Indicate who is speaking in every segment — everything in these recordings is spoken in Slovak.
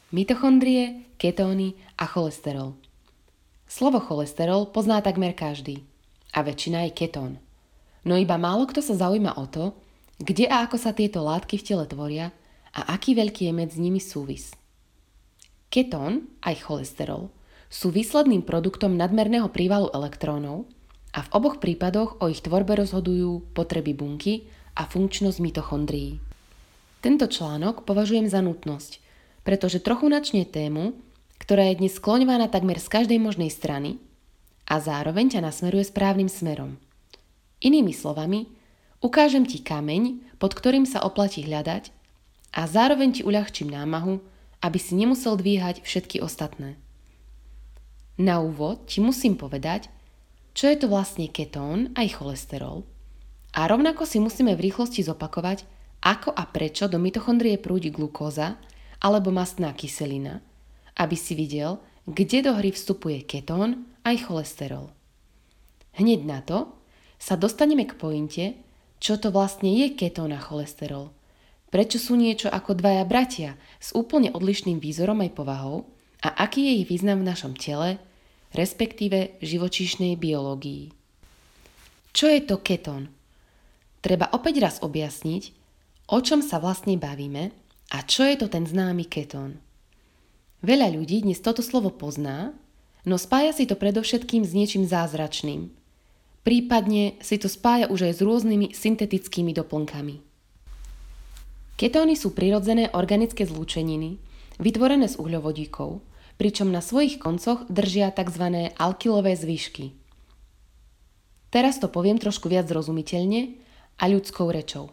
Speaker 1: Mitochondrie, ketóny a cholesterol. Slovo cholesterol pozná takmer každý a väčšina je ketón. No iba málo kto sa zaujíma o to, kde a ako sa tieto látky v tele tvoria a aký veľký je medzi nimi súvis. Ketón, aj cholesterol, sú výsledným produktom nadmerného prívalu elektrónov a v oboch prípadoch o ich tvorbe rozhodujú potreby bunky a funkčnosť mitochondrií. Tento článok považujem za nutnosť, pretože trochu načne tému, ktorá je dnes skloňovaná takmer z každej možnej strany a zároveň ťa nasmeruje správnym smerom. Inými slovami, ukážem ti kameň, pod ktorým sa oplatí hľadať a zároveň ti uľahčím námahu, aby si nemusel dvíhať všetky ostatné. Na úvod ti musím povedať, čo je to vlastne ketón aj cholesterol a rovnako si musíme v rýchlosti zopakovať, ako a prečo do mitochondrie prúdi glukóza alebo mastná kyselina, aby si videl, kde do hry vstupuje ketón aj cholesterol. Hneď na to sa dostaneme k pointe, čo to vlastne je ketón a cholesterol, prečo sú niečo ako dvaja bratia s úplne odlišným výzorom aj povahou a aký je ich význam v našom tele, respektíve živočíšnej biológii. Čo je to ketón? Treba opäť raz objasniť, o čom sa vlastne bavíme a čo je to ten známy ketón. Veľa ľudí dnes toto slovo pozná, no spája si to predovšetkým s niečím zázračným. Prípadne si to spája už aj s rôznymi syntetickými doplnkami. Ketóny sú prirodzené organické zlúčeniny, vytvorené z uhľovodíkov, pričom na svojich koncoch držia tzv. Alkylové zvyšky. Teraz to poviem trošku viac zrozumiteľne a ľudskou rečou.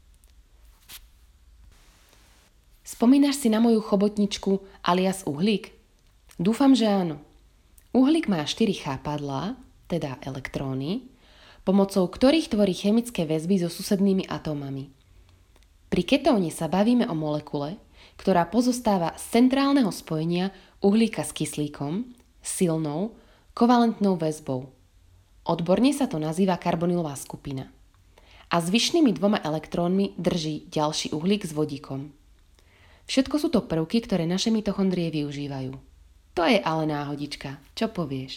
Speaker 1: Spomínaš si na moju chobotničku alias uhlík? Dúfam, že áno. Uhlík má 4 chápadlá, teda elektróny, pomocou ktorých tvorí chemické väzby so susednými atómami. Pri ketóne sa bavíme o molekule, ktorá pozostáva z centrálneho spojenia uhlíka s kyslíkom, silnou, kovalentnou väzbou. Odborne sa to nazýva karbonylová skupina. A zvyšnými 2 elektrónmi drží ďalší uhlík s vodíkom. Všetko sú to prvky, ktoré naše mitochondrie využívajú. To je ale náhodička. Čo povieš?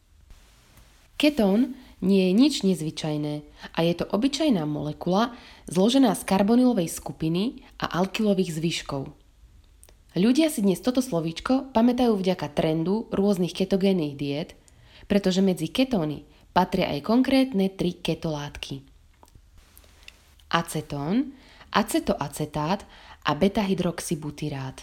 Speaker 1: Ketón nie je nič nezvyčajné a je to obyčajná molekula zložená z karbonylovej skupiny a alkylových zvyškov. Ľudia si dnes toto slovíčko pamätajú vďaka trendu rôznych ketogénnych diét, pretože medzi ketóny patria aj konkrétne 3 ketolátky. Acetón, acetoacetát a beta-hydroxybutyrát.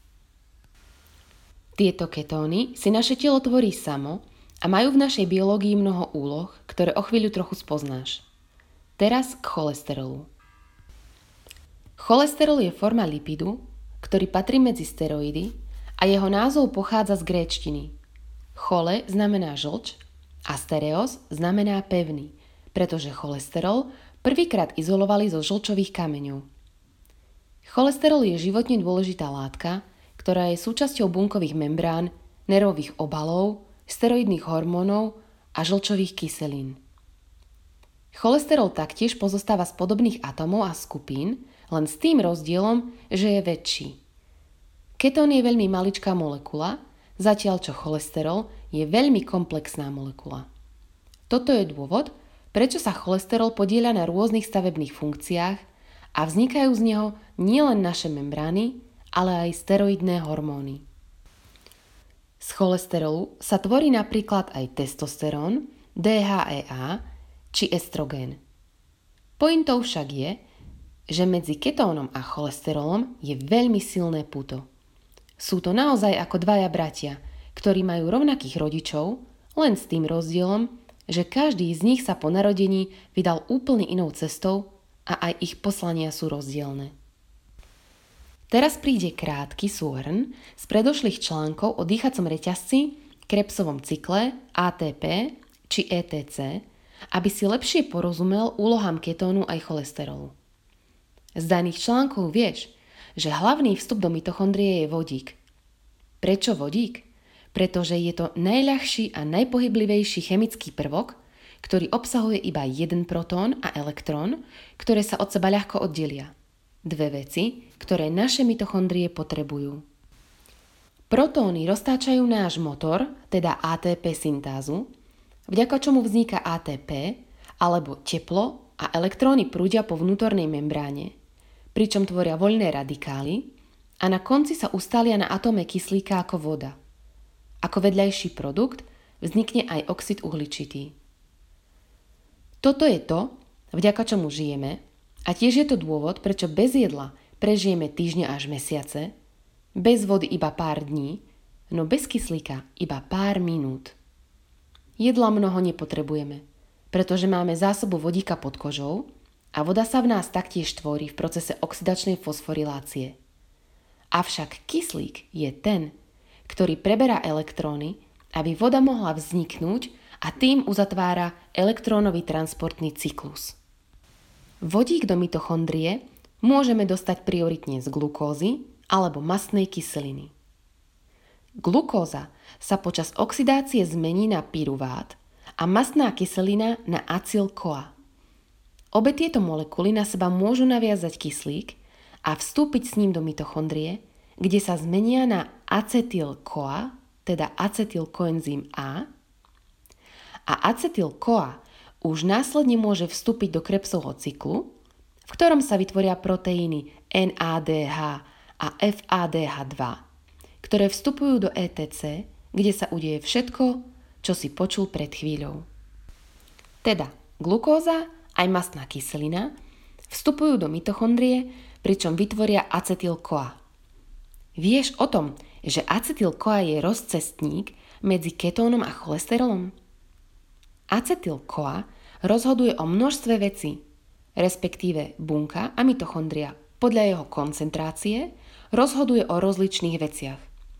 Speaker 1: Tieto ketóny si naše telo tvorí samo a majú v našej biológii mnoho úloh, ktoré o chvíľu trochu spoznáš. Teraz k cholesterolu. Cholesterol je forma lipidu, ktorý patrí medzi steroidy a jeho názov pochádza z gréčtiny. Chole znamená žlč a stereos znamená pevný, pretože cholesterol prvýkrát izolovali zo žlčových kameňov. Cholesterol je životne dôležitá látka, ktorá je súčasťou bunkových membrán, nervových obalov, steroidných hormónov a žlčových kyselín. Cholesterol taktiež pozostáva z podobných atómov a skupín, len s tým rozdielom, že je väčší. Ketón je veľmi maličká molekula, zatiaľ čo cholesterol je veľmi komplexná molekula. Toto je dôvod, prečo sa cholesterol podieľa na rôznych stavebných funkciách a vznikajú z neho nielen naše membrány, ale aj steroidné hormóny. Z cholesterolu sa tvorí napríklad aj testosterón, DHEA či estrogén. Pointou však je, že medzi ketónom a cholesterolom je veľmi silné puto. Sú to naozaj ako 2 bratia, ktorí majú rovnakých rodičov, len s tým rozdielom, že každý z nich sa po narodení vydal úplne inou cestou a aj ich poslania sú rozdielne. Teraz príde krátky súhrn z predošlých článkov o dýchacom reťazci, Krebsovom cykle, ATP či ETC, aby si lepšie porozumel úlohám ketónu aj cholesterolu. Z daných článkov vieš, že hlavný vstup do mitochondrie je vodík. Prečo vodík? Pretože je to najľahší a najpohyblivejší chemický prvok, ktorý obsahuje iba jeden protón a elektrón, ktoré sa od seba ľahko oddelia. 2 veci, ktoré naše mitochondrie potrebujú. Protóny roztáčajú náš motor, teda ATP syntázu, vďaka čomu vzniká ATP, alebo teplo a elektróny prúdia po vnútornej membráne, pričom tvoria voľné radikály a na konci sa ustália na atóme kyslíka ako voda. Ako vedľajší produkt vznikne aj oxid uhličitý. Toto je to, vďaka čomu žijeme, a tiež je to dôvod, prečo bez jedla prežijeme týždne až mesiace, bez vody iba pár dní, no bez kyslíka iba pár minút. Jedla mnoho nepotrebujeme, pretože máme zásobu vodíka pod kožou a voda sa v nás taktiež tvorí v procese oxidačnej fosforilácie. Avšak kyslík je ten, ktorý preberá elektróny, aby voda mohla vzniknúť a tým uzatvára elektrónový transportný cyklus. Vodík do mitochondrie môžeme dostať prioritne z glukózy alebo mastnej kyseliny. Glukóza sa počas oxidácie zmení na pyruvát a mastná kyselina na acetyl-CoA. Obe tieto molekuly na seba môžu naviazať kyslík a vstúpiť s ním do mitochondrie, kde sa zmenia na acetyl-CoA, teda acetylkoenzym A, a acetyl-CoA už následne môže vstúpiť do Krebsovho cyklu, v ktorom sa vytvoria proteíny NADH a FADH2, ktoré vstupujú do ETC, kde sa udeje všetko, čo si počul pred chvíľou. Teda glukóza aj mastná kyselina vstupujú do mitochondrie, pričom vytvoria acetyl-CoA. Vieš o tom, že acetyl-CoA je rozcestník medzi ketónom a cholesterolom? Acetyl-CoA rozhoduje o množstve vecí, respektíve bunka a mitochondria podľa jeho koncentrácie rozhoduje o rozličných veciach.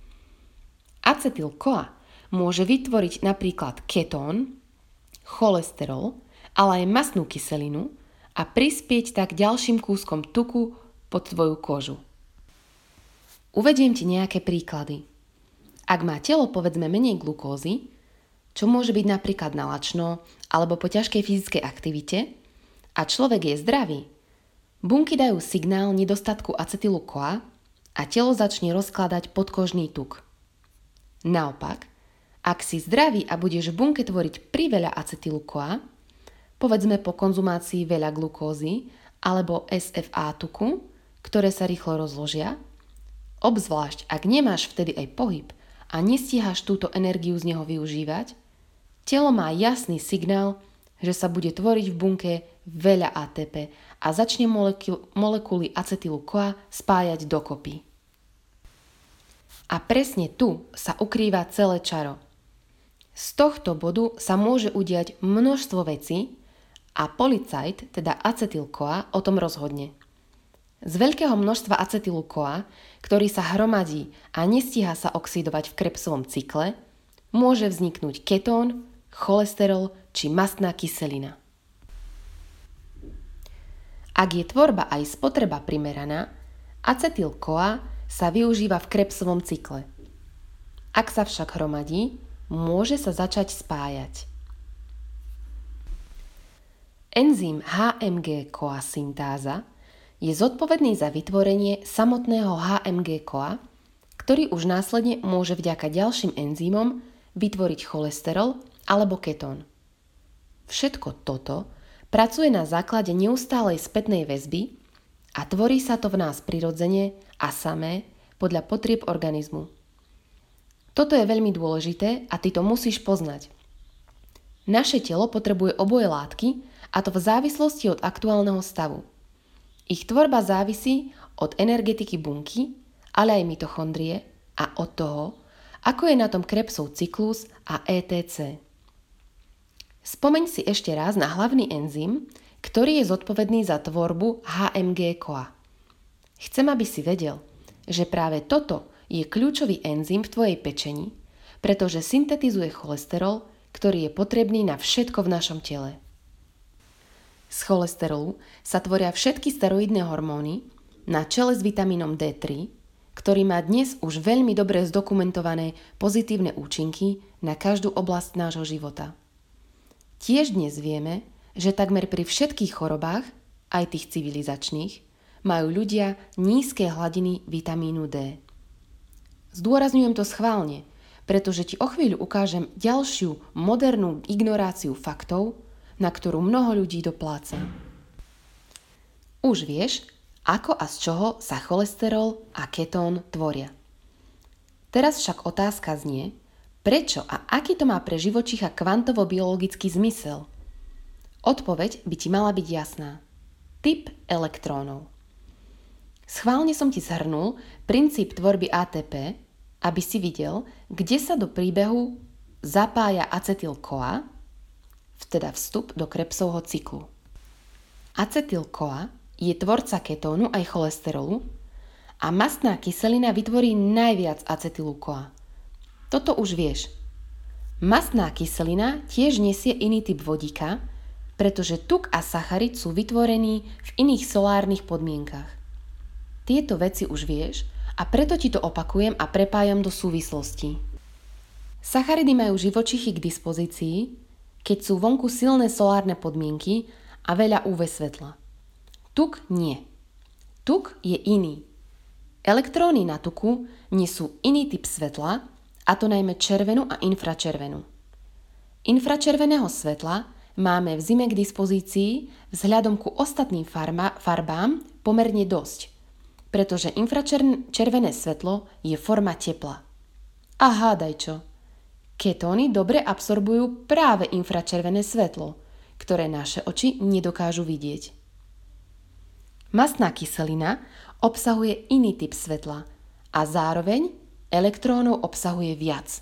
Speaker 1: Acetyl-CoA môže vytvoriť napríklad ketón, cholesterol, ale aj mastnú kyselinu a prispieť tak ďalším kúskom tuku pod tvoju kožu. Uvediem ti nejaké príklady. Ak má telo povedzme menej glukózy, čo môže byť napríklad nalačno alebo po ťažkej fyzickej aktivite, a človek je zdravý, bunky dajú signál nedostatku acetylu-CoA a telo začne rozkladať podkožný tuk. Naopak, ak si zdravý a budeš v bunke tvoriť priveľa acetylu-CoA, povedzme po konzumácii veľa glukózy alebo SFA tuku, ktoré sa rýchlo rozložia, obzvlášť ak nemáš vtedy aj pohyb a nestíhaš túto energiu z neho využívať, telo má jasný signál, že sa bude tvoriť v bunke veľa ATP a začne molekuly acetylu-CoA spájať dokopy. A presne tu sa ukrýva celé čaro. Z tohto bodu sa môže udiať množstvo vecí a policajt, teda acetyl-CoA, o tom rozhodne. Z veľkého množstva acetylu-CoA, ktorý sa hromadí a nestíha sa oxidovať v Krebsovom cykle, môže vzniknúť ketón, cholesterol či mastná kyselina. Ak je tvorba aj spotreba primeraná, acetyl-CoA sa využíva v Krebsovom cykle. Ak sa však hromadí, môže sa začať spájať. Enzym HMG-CoA syntáza je zodpovedný za vytvorenie samotného HMG-CoA, ktorý už následne môže vďaka ďalším enzymom vytvoriť cholesterol alebo ketón. Všetko toto pracuje na základe neustálej spätnej väzby a tvorí sa to v nás prirodzene a samé podľa potrieb organizmu. Toto je veľmi dôležité a ty to musíš poznať. Naše telo potrebuje oboje látky, a to v závislosti od aktuálneho stavu. Ich tvorba závisí od energetiky bunky, ale aj mitochondrie a od toho, ako je na tom Krebsov cyklus a ETC. Spomeň si ešte raz na hlavný enzym, ktorý je zodpovedný za tvorbu HMG-CoA. Chcem, aby si vedel, že práve toto je kľúčový enzym v tvojej pečeni, pretože syntetizuje cholesterol, ktorý je potrebný na všetko v našom tele. Z cholesterolu sa tvoria všetky steroidné hormóny na čele s vitamínom D3, ktorý má dnes už veľmi dobre zdokumentované pozitívne účinky na každú oblasť nášho života. Tiež dnes vieme, že takmer pri všetkých chorobách, aj tých civilizačných, majú ľudia nízke hladiny vitamínu D. Zdôrazňujem to schválne, pretože ti o chvíľu ukážem ďalšiu modernú ignoráciu faktov, na ktorú mnoho ľudí dopláca. Už vieš, ako a z čoho sa cholesterol a ketón tvoria. Teraz však otázka znie, prečo a aký to má pre živočícha kvantovo-biologický zmysel? Odpoveď by ti mala byť jasná. Typ elektrónov. Schválne som ti zhrnul princíp tvorby ATP, aby si videl, kde sa do príbehu zapája acetyl-CoA, teda vstup do Krebsovho cyklu. Acetyl-CoA je tvorca ketónu aj cholesterolu a mastná kyselina vytvorí najviac acetylu-CoA. Toto už vieš. Mastná kyselina tiež nesie iný typ vodíka, pretože tuk a sacharid sú vytvorení v iných solárnych podmienkach. Tieto veci už vieš a preto ti to opakujem a prepájam do súvislostí. Sacharidy majú živočichy k dispozícii, keď sú vonku silné solárne podmienky a veľa UV svetla. Tuk nie. Tuk je iný. Elektróny na tuku nesú iný typ svetla, a to najmä červenú a infračervenú. Infračerveného svetla máme v zime k dispozícii vzhľadom ku ostatným farbám pomerne dosť, pretože infračervené svetlo je forma tepla. A hádaj čo? Ketóny dobre absorbujú práve infračervené svetlo, ktoré naše oči nedokážu vidieť. Mastná kyselina obsahuje iný typ svetla a zároveň elektrónov obsahuje viac.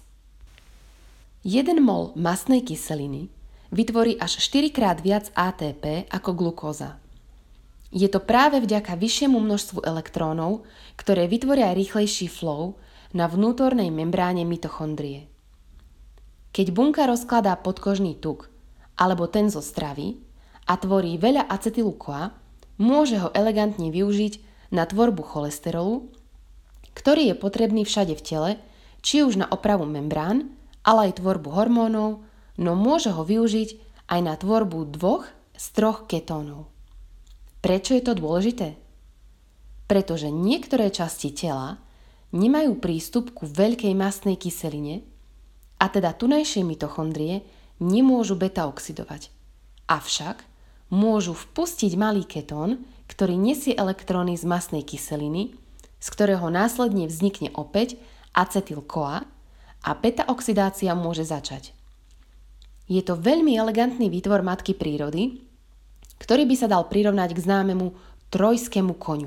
Speaker 1: 1 mol mastnej kyseliny vytvorí až 4-krát viac ATP ako glukóza. Je to práve vďaka vyššiemu množstvu elektrónov, ktoré vytvoria rýchlejší flow na vnútornej membráne mitochondrie. Keď bunka rozkladá podkožný tuk alebo ten zo stravy a tvorí veľa acetylu-CoA, môže ho elegantne využiť na tvorbu cholesterolu, ktorý je potrebný všade v tele, či už na opravu membrán, ale aj tvorbu hormónov, no môže ho využiť aj na tvorbu 2 z 3 ketónov. Prečo je to dôležité? Pretože niektoré časti tela nemajú prístup ku veľkej mastnej kyseline, a teda tunajšie mitochondrie nemôžu beta-oxidovať. Avšak môžu vpustiť malý ketón, ktorý nesie elektróny z mastnej kyseliny, z ktorého následne vznikne opäť acetyl-CoA a beta-oxidácia môže začať. Je to veľmi elegantný výtvor matky prírody, ktorý by sa dal prirovnať k známemu trojskému koňu.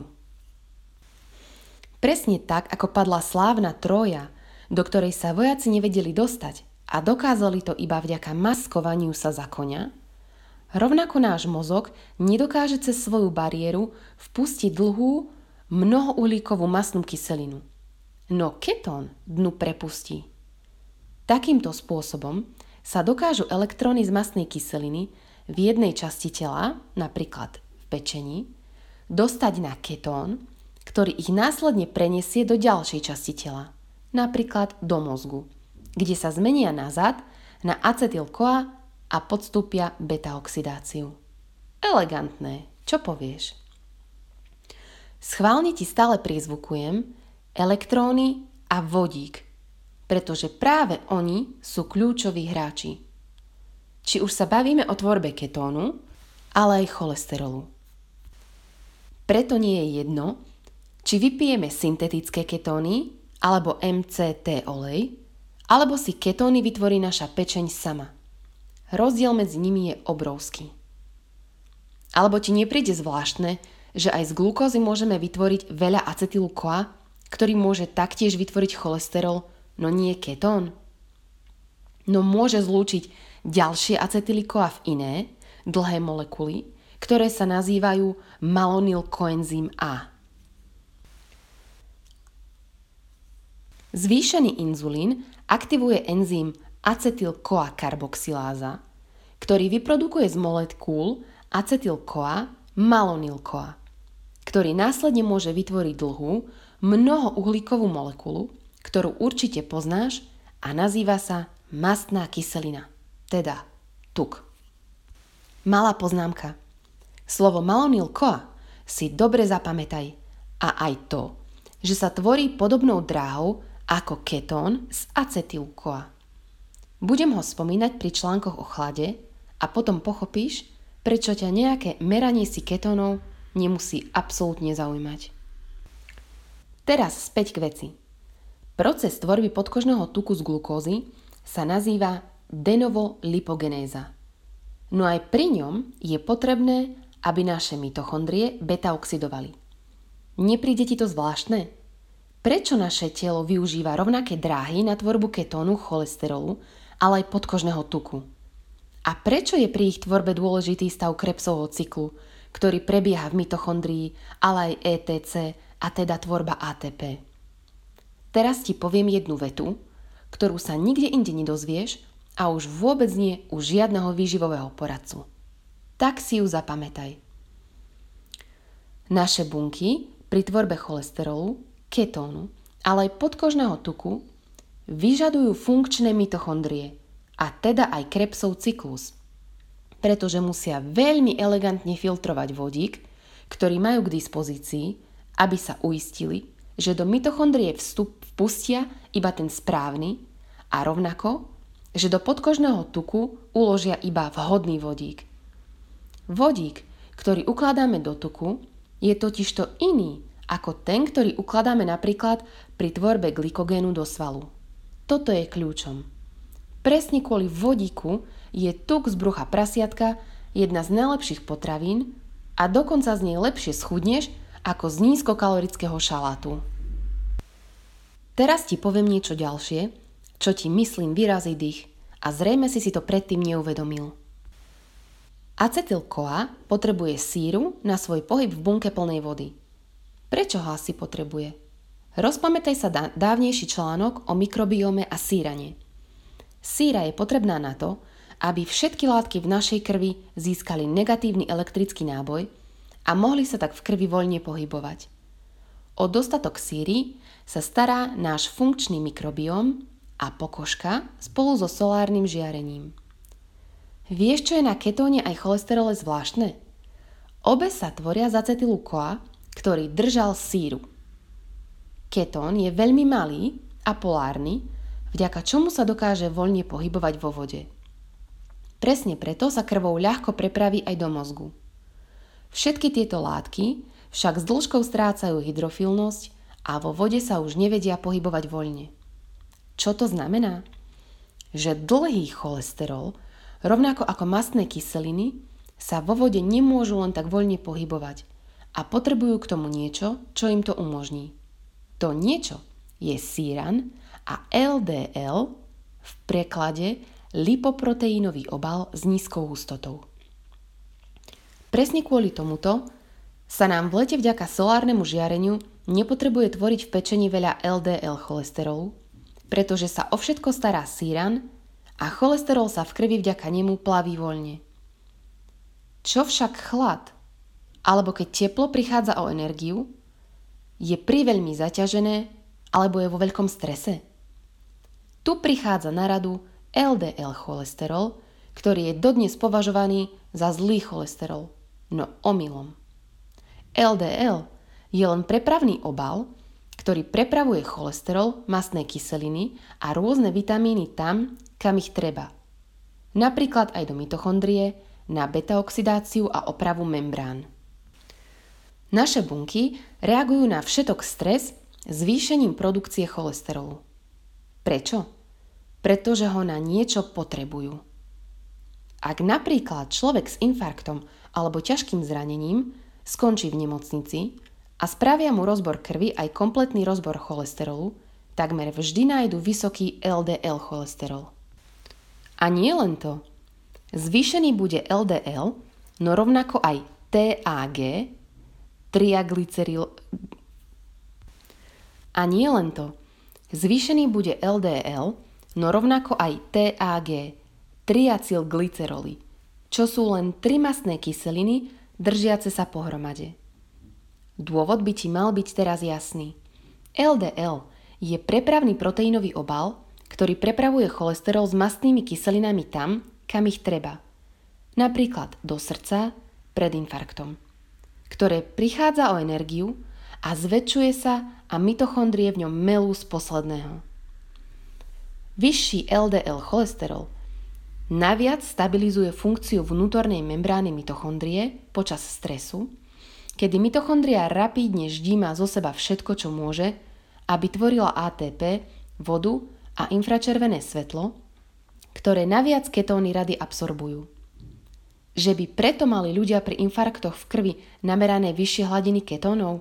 Speaker 1: Presne tak, ako padla slávna Trója, do ktorej sa vojaci nevedeli dostať a dokázali to iba vďaka maskovaniu sa za koňa, rovnako náš mozog nedokáže cez svoju bariéru vpustiť dlhú, mnohouhlíkovú mastnú kyselinu. No ketón dnu prepustí. Takýmto spôsobom sa dokážu elektróny z mastnej kyseliny v jednej časti tela, napríklad v pečení, dostať na ketón, ktorý ich následne prenesie do ďalšej časti tela, napríklad do mozgu, kde sa zmenia nazad na acetyl-CoA a podstúpia beta-oxidáciu. Elegantné, čo povieš? Schválne ti stále priezvukujem elektróny a vodík, pretože práve oni sú kľúčoví hráči. Či už sa bavíme o tvorbe ketónu, ale aj cholesterolu. Preto nie je jedno, či vypijeme syntetické ketóny alebo MCT olej, alebo si ketóny vytvorí naša pečeň sama. Rozdiel medzi nimi je obrovský. Alebo ti nepríde zvláštne, že aj z glukózy môžeme vytvoriť veľa acetylu-CoA, ktorý môže taktiež vytvoriť cholesterol, no nie ketón? No môže zlúčiť ďalšie acetyly-CoA v iné, dlhé molekuly, ktoré sa nazývajú malonylkoenzym A. Zvýšený inzulín aktivuje enzym acetyl-CoA karboxyláza, ktorý vyprodukuje z molekúl acetyl-CoA malonyl-CoA, ktorý následne môže vytvoriť dlhú, mnohouhlíkovú molekulu, ktorú určite poznáš a nazýva sa mastná kyselina, teda tuk. Malá poznámka. Slovo malonyl-CoA si dobre zapamätaj a aj to, že sa tvorí podobnou dráhou ako ketón z acetyl-CoA. Budem ho spomínať pri článkoch o chlade a potom pochopíš, prečo ťa nejaké meranie si ketónov nemusí absolútne zaujímať. Teraz späť k veci. Proces tvorby podkožného tuku z glukózy sa nazýva de novo lipogenéza. No aj pri ňom je potrebné, aby naše mitochondrie beta-oxidovali. Nepríde ti to zvláštne? Prečo naše telo využíva rovnaké dráhy na tvorbu ketónu, cholesterolu, ale aj podkožného tuku? A prečo je pri ich tvorbe dôležitý stav Krebsovho cyklu, ktorý prebieha v mitochondrii, ale aj ETC, a teda tvorba ATP? Teraz ti poviem jednu vetu, ktorú sa nikde inde nedozvieš a už vôbec nie u žiadneho výživového poradcu. Tak si ju zapamätaj. Naše bunky pri tvorbe cholesterolu, ketónu, ale aj podkožného tuku vyžadujú funkčné mitochondrie, a teda aj Krebsov cyklus, pretože musia veľmi elegantne filtrovať vodík, ktorý majú k dispozícii, aby sa uistili, že do mitochondrie vpustia iba ten správny a rovnako, že do podkožného tuku uložia iba vhodný vodík. Vodík, ktorý ukladáme do tuku, je totižto iný ako ten, ktorý ukladáme napríklad pri tvorbe glykogénu do svalu. Toto je kľúčom. Presne kvôli vodíku je tuk z brucha prasiatka jedna z najlepších potravín a dokonca z nej lepšie schudneš ako z nízkokalorického šalátu. Teraz ti poviem niečo ďalšie, čo ti myslím vyrazí dých a zrejme si to predtým neuvedomil. Acetyl-CoA potrebuje síru na svoj pohyb v bunke plnej vody. Prečo ho asi potrebuje? Rozpamätaj sa dávnejší článok o mikrobióme a sírane. Síra je potrebná na to, aby všetky látky v našej krvi získali negatívny elektrický náboj a mohli sa tak v krvi voľne pohybovať. O dostatok síry sa stará náš funkčný mikrobióm a pokožka spolu so solárnym žiarením. Vieš, čo je na ketóne aj cholesterole zvláštne? Obe sa tvoria z acetylu-CoA, ktorý držal síru. Ketón je veľmi malý a polárny, vďaka čomu sa dokáže voľne pohybovať vo vode. Presne preto sa krvou ľahko prepraví aj do mozgu. Všetky tieto látky však s dĺžkou strácajú hydrofilnosť a vo vode sa už nevedia pohybovať voľne. Čo to znamená? Že dlhý cholesterol, rovnako ako mastné kyseliny, sa vo vode nemôžu len tak voľne pohybovať a potrebujú k tomu niečo, čo im to umožní. To niečo je síran a LDL, v preklade lipoproteínový obal s nízkou hustotou. Presne kvôli tomuto sa nám v lete vďaka solárnemu žiareniu nepotrebuje tvoriť v pečení veľa LDL cholesterolu, pretože sa o všetko stará síran a cholesterol sa v krvi vďaka nemu plaví voľne. Čo však chlad, alebo keď teplo prichádza o energiu, je priveľmi zaťažené alebo je vo veľkom strese? Tu prichádza na radu LDL cholesterol, ktorý je dodnes považovaný za zlý cholesterol, no omylom. LDL je len prepravný obal, ktorý prepravuje cholesterol, mastné kyseliny a rôzne vitamíny tam, kam ich treba. Napríklad aj do mitochondrie, na beta-oxidáciu a opravu membrán. Naše bunky reagujú na všetok stres zvýšením produkcie cholesterolu. Prečo? Pretože ho na niečo potrebujú. Ak napríklad človek s infarktom alebo ťažkým zranením skončí v nemocnici a spravia mu rozbor krvi aj kompletný rozbor cholesterolu, takmer vždy nájdu vysoký LDL cholesterol. A nie len to. Zvýšený bude LDL, no rovnako aj TAG, triaglyceryl. A nie len to. Zvýšený bude LDL, no rovnako aj TAG, triacylglyceroly, čo sú len 3 mastné kyseliny držiace sa pohromade. Dôvod by ti mal byť teraz jasný. LDL je prepravný proteínový obal, ktorý prepravuje cholesterol s mastnými kyselinami tam, kam ich treba. Napríklad do srdca pred infarktom, ktoré prichádza o energiu a zväčšuje sa a mitochondrie v ňom melú z posledného. Vyšší LDL cholesterol naviac stabilizuje funkciu vnútornej membrány mitochondrie počas stresu, kedy mitochondria rapídne ždíma zo seba všetko, čo môže, aby tvorila ATP, vodu a infračervené svetlo, ktoré naviac ketóny rady absorbujú. Že by preto mali ľudia pri infarktoch v krvi namerané vyššie hladiny ketónov?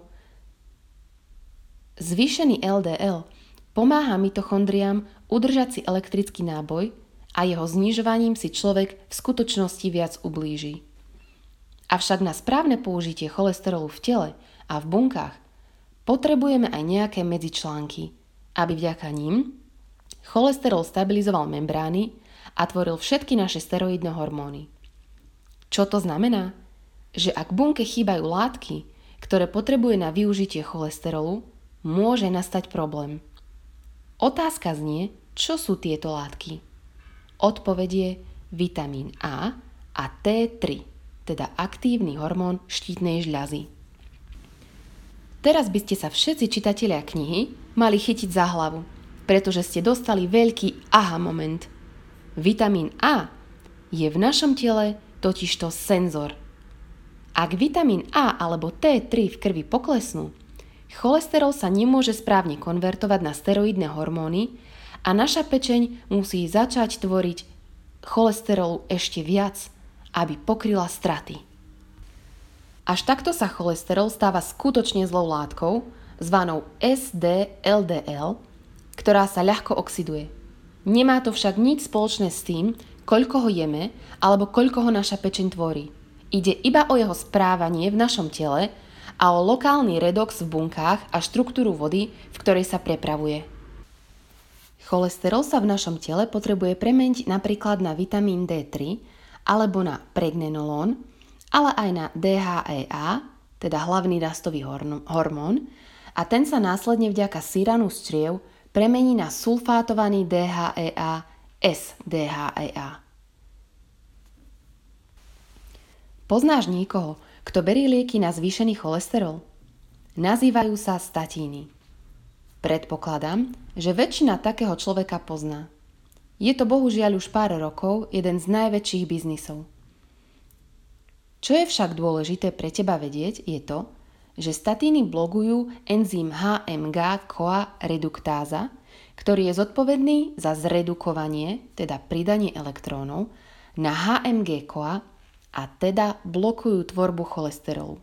Speaker 1: Zvýšený LDL pomáha mitochondriám udržať si elektrický náboj a jeho znižovaním si človek v skutočnosti viac ublíži. Avšak na správne použitie cholesterolu v tele a v bunkách potrebujeme aj nejaké medzičlánky, aby vďaka nim cholesterol stabilizoval membrány a tvoril všetky naše steroidné hormóny. Čo to znamená? Že ak bunke chýbajú látky, ktoré potrebuje na využitie cholesterolu, môže nastať problém. Otázka znie, čo sú tieto látky? Odpoveď je vitamín A a T3. Teda aktívny hormón štítnej žľazy. Teraz by ste sa všetci čitatelia knihy mali chytiť za hlavu, pretože ste dostali veľký aha moment. Vitamín A je v našom tele totižto senzor. Ak vitamín A alebo T3 v krvi poklesnú, cholesterol sa nemôže správne konvertovať na steroidné hormóny a naša pečeň musí začať tvoriť cholesterolu ešte viac, aby pokryla straty. Až takto sa cholesterol stáva skutočne zlou látkou, zvanou SD-LDL, ktorá sa ľahko oxiduje. Nemá to však nič spoločné s tým, koľko ho jeme alebo koľko ho naša pečeň tvorí. Ide iba o jeho správanie v našom tele a o lokálny redox v bunkách a štruktúru vody, v ktorej sa prepravuje. Cholesterol sa v našom tele potrebuje premeniť napríklad na vitamín D3 alebo na pregnenolon, ale aj na DHEA, teda hlavný rastový hormón, a ten sa následne vďaka síranu z čriev premení na sulfátovaný DHEA SDHEA. Poznáš niekoho, kto berie lieky na zvýšený cholesterol? Nazývajú sa statíny. Predpokladám, že väčšina takého človeka pozná. Je to bohužiaľ už pár rokov jeden z najväčších biznisov. Čo je však dôležité pre teba vedieť, je to, že statíny blokujú enzym HMG-CoA reduktáza, ktorý je zodpovedný za zredukovanie, teda pridanie elektrónov, na HMG-CoA a teda blokujú tvorbu cholesterolu.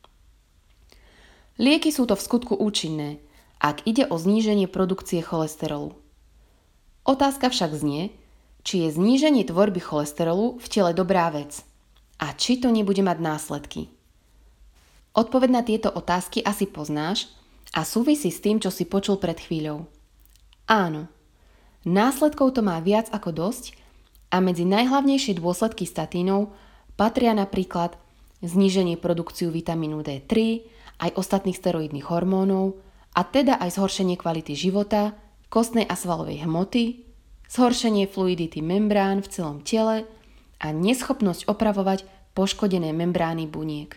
Speaker 1: Lieky sú to v skutku účinné, ak ide o zníženie produkcie cholesterolu. Otázka však znie, či je zníženie tvorby cholesterolu v tele dobrá vec a či to nebude mať následky. Odpoveď na tieto otázky asi poznáš a súvisí s tým, čo si počul pred chvíľou. Áno, následkov to má viac ako dosť a medzi najhlavnejšie dôsledky statínov patria napríklad zníženie produkciu vitamínu D3, aj ostatných steroidných hormónov a teda aj zhoršenie kvality života, kostnej a svalovej hmoty, zhoršenie fluidity membrán v celom tele a neschopnosť opravovať poškodené membrány buniek.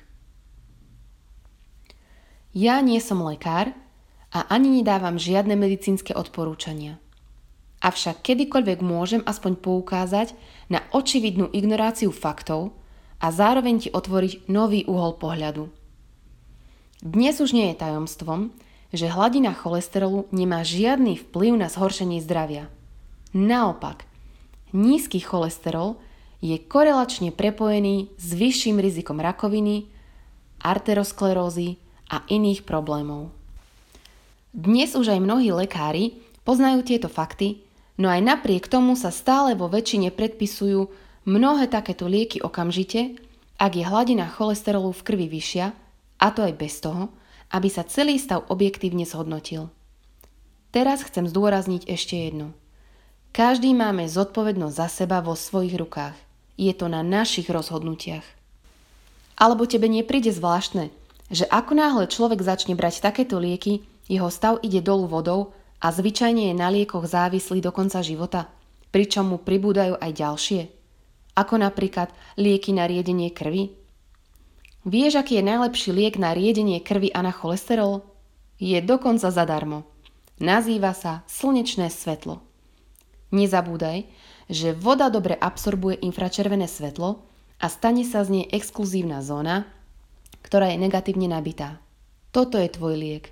Speaker 1: Ja nie som lekár a ani nedávam žiadne medicínske odporúčania. Avšak kedykoľvek môžem aspoň poukázať na očividnú ignoráciu faktov a zároveň ti otvoriť nový uhol pohľadu. Dnes už nie je tajomstvom, že hladina cholesterolu nemá žiadny vplyv na zhoršenie zdravia. Naopak, nízky cholesterol je korelačne prepojený s vyšším rizikom rakoviny, arterosklerózy a iných problémov. Dnes už aj mnohí lekári poznajú tieto fakty, no aj napriek tomu sa stále vo väčšine predpisujú mnohé takéto lieky okamžite, ak je hladina cholesterolu v krvi vyššia, a to aj bez toho, aby sa celý stav objektívne zhodnotil. Teraz chcem zdôrazniť ešte jedno. Každý máme zodpovednosť za seba vo svojich rukách. Je to na našich rozhodnutiach. Alebo tebe nepríde zvláštne, že ako náhle človek začne brať takéto lieky, jeho stav ide dolu vodou a zvyčajne je na liekoch závislý do konca života, pričom mu pribúdajú aj ďalšie, ako napríklad lieky na riedenie krvi. Vieš, aký je najlepší liek na riedenie krvi a na cholesterol? Je dokonca zadarmo. Nazýva sa slnečné svetlo. Nezabúdaj, že voda dobre absorbuje infračervené svetlo a stane sa z nej exkluzívna zóna, ktorá je negatívne nabitá. Toto je tvoj liek.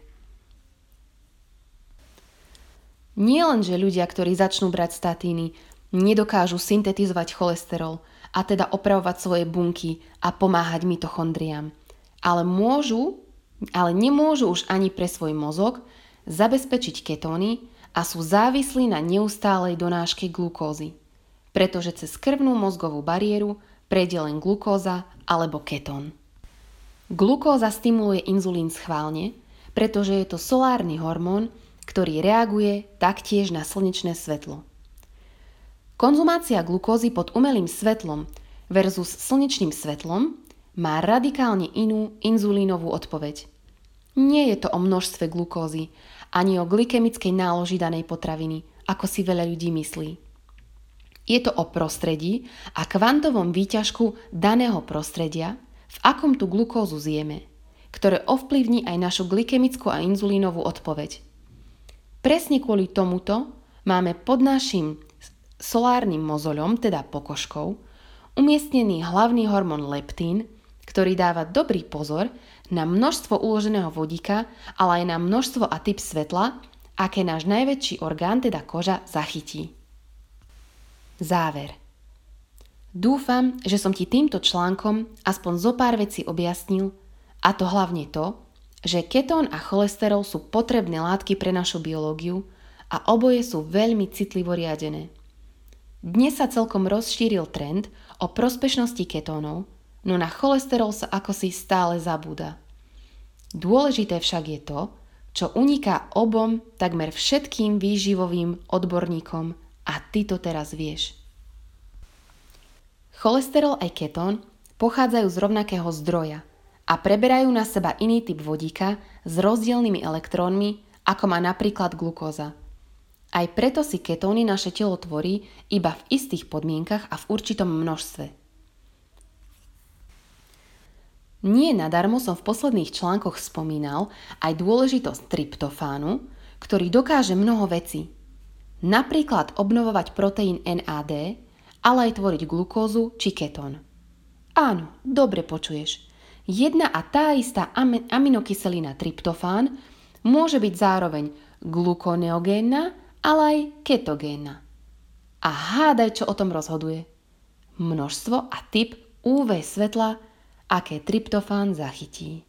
Speaker 1: Nie len, že ľudia, ktorí začnú brať statíny, nedokážu syntetizovať cholesterol a teda opravovať svoje bunky a pomáhať mitochondriám, ale nemôžu už ani pre svoj mozog zabezpečiť ketóny a sú závislí na neustálej donáške glukózy, pretože cez krvnú mozgovú bariéru prejde len glukóza alebo ketón. Glukóza stimuluje inzulín schválne, pretože je to solárny hormón, ktorý reaguje taktiež na slnečné svetlo. Konzumácia glukózy pod umelým svetlom versus slnečným svetlom má radikálne inú inzulínovú odpoveď. Nie je to o množstve glukózy, ani o glykemickej náloži danej potraviny, ako si veľa ľudí myslí. Je to o prostredí a kvantovom výťažku daného prostredia, v akom tú glukózu zjeme, ktoré ovplyvní aj našu glykemickú a inzulínovú odpoveď. Presne kvôli tomuto máme pod našim solárnym mozoľom, teda pokožkou, umiestnený hlavný hormón leptín, ktorý dáva dobrý pozor na množstvo uloženého vodíka, ale aj na množstvo a typ svetla, aké náš najväčší orgán, teda koža, zachytí. Záver. Dúfam, že som ti týmto článkom aspoň zo pár vecí objasnil, a to hlavne to, že ketón a cholesterol sú potrebné látky pre našu biológiu a oboje sú veľmi citlivo riadené. Dnes sa celkom rozšíril trend o prospešnosti ketónov, no na cholesterol sa akosi stále zabúda. Dôležité však je to, čo uniká obom takmer všetkým výživovým odborníkom a ty to teraz vieš. Cholesterol aj ketón pochádzajú z rovnakého zdroja a preberajú na seba iný typ vodíka s rozdielnymi elektrónmi, ako má napríklad glukóza. Aj preto si ketóny naše telo tvorí iba v istých podmienkach a v určitom množstve. Nie nadarmo som v posledných článkoch spomínal aj dôležitosť tryptofánu, ktorý dokáže mnoho vecí. Napríklad obnovovať proteín NAD, ale aj tvoriť glukózu či ketón. Áno, dobre počuješ. Jedna a tá istá aminokyselina tryptofán môže byť zároveň glukoneogénna, ale aj ketogénna. A hádaj, čo o tom rozhoduje. Množstvo a typ UV svetla, aké tryptofán zachytí.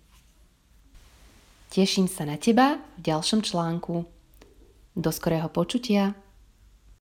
Speaker 1: Teším sa na teba v ďalšom článku. Do skorého počutia.